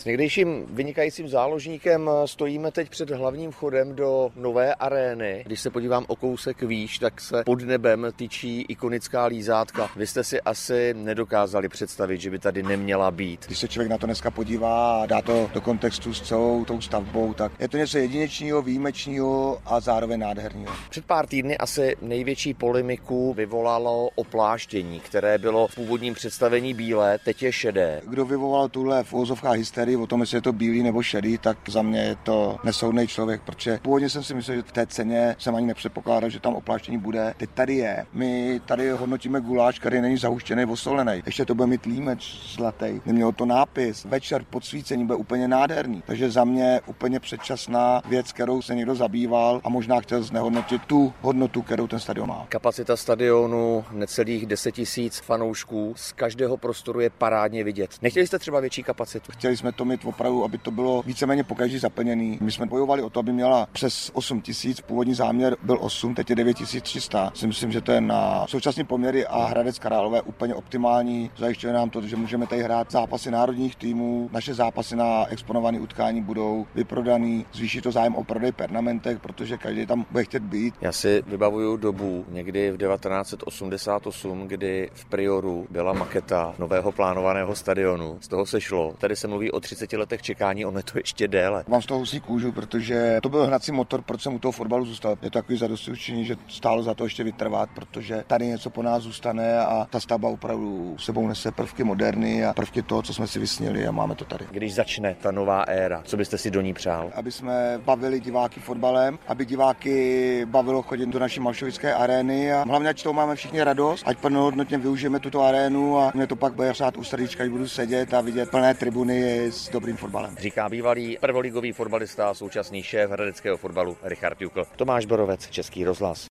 S někdejším vynikajícím záložníkem stojíme teď před hlavním vchodem do nové arény. Když se podívám o kousek výš, tak se pod nebem tyčí ikonická lízátka. Vy jste si asi nedokázali představit, že by tady neměla být. Když se člověk na to dneska podívá a dá to do kontextu s celou tou stavbou, tak je to něco jedinečného, výjimečného a zároveň nádherného. Před pár týdny asi největší polemiku vyvolalo opláštění, které bylo v původním představení bílé, teď je šedé. Kdo vyvolal tuhle v uvozovkách hysterii o tom, jestli je to bílý nebo šedý, tak za mě je to nesoudný člověk, protože původně jsem si myslel, že v té ceně jsem ani nepředpokládal, že tam opláštění bude. Teď tady je. My tady hodnotíme guláš, který není zahuštěný, osolený. Ještě to bude mít límeč zlatý. Nemělo to nápis. Večer podsvícení bude úplně nádherný. Takže za mě úplně předčasná věc, kterou se někdo zabýval a možná chtěl znehodnotit tu hodnotu, kterou ten stadion má. Kapacita stadionu necelých 10 000 fanoušků. Z každého prostoru je parádně vidět. Nechtěli jste třeba větší kapacitu? Chtěli jsme to mít opravdu, aby to bylo víceméně pokaždý zaplněný. My jsme bojovali o to, aby měla přes 8 000. Původní záměr byl 8, teď je 9300. Myslím, že to je na současné poměry a Hradec Králové úplně optimální. Zajišťuje nám to, že můžeme tady hrát zápasy národních týmů. Naše zápasy na exponované utkání budou vyprodaný. Zvýší to zájem o prodej pernamentech, protože každý tam bude chtět být. Já si vybavuju dobu někdy v 1988, kdy v Prioru byla maketa nového plánovaného stadionu. Z toho se šlo. Tady se mluví o 30 letech čekání, ono je to ještě déle. Mám z toho husí kůžu, protože to byl hnací motor, proč jsem u toho fotbalu zůstal. Je to takový zadostiučinění, že stálo za to ještě vytrvat, protože tady něco po nás zůstane a ta stavba opravdu sebou nese prvky moderny a prvky toho, co jsme si vysnili a máme to tady. Když začne ta nová éra, co byste si do ní přál? Aby jsme bavili diváky fotbalem, aby diváky bavilo chodit do naší Malšovické arény a hlavně, ať toho máme všichni radost, ať plnohodnotně využijeme tuto arénu a mě to pak bude řád u srdíčka, když budu sedět a vidět plné tribuny s dobrým fotbalem. Říká bývalý prvoligový fotbalista a současný šéf hradeckého fotbalu Richard Jukl. Tomáš Borovec, Český rozhlas.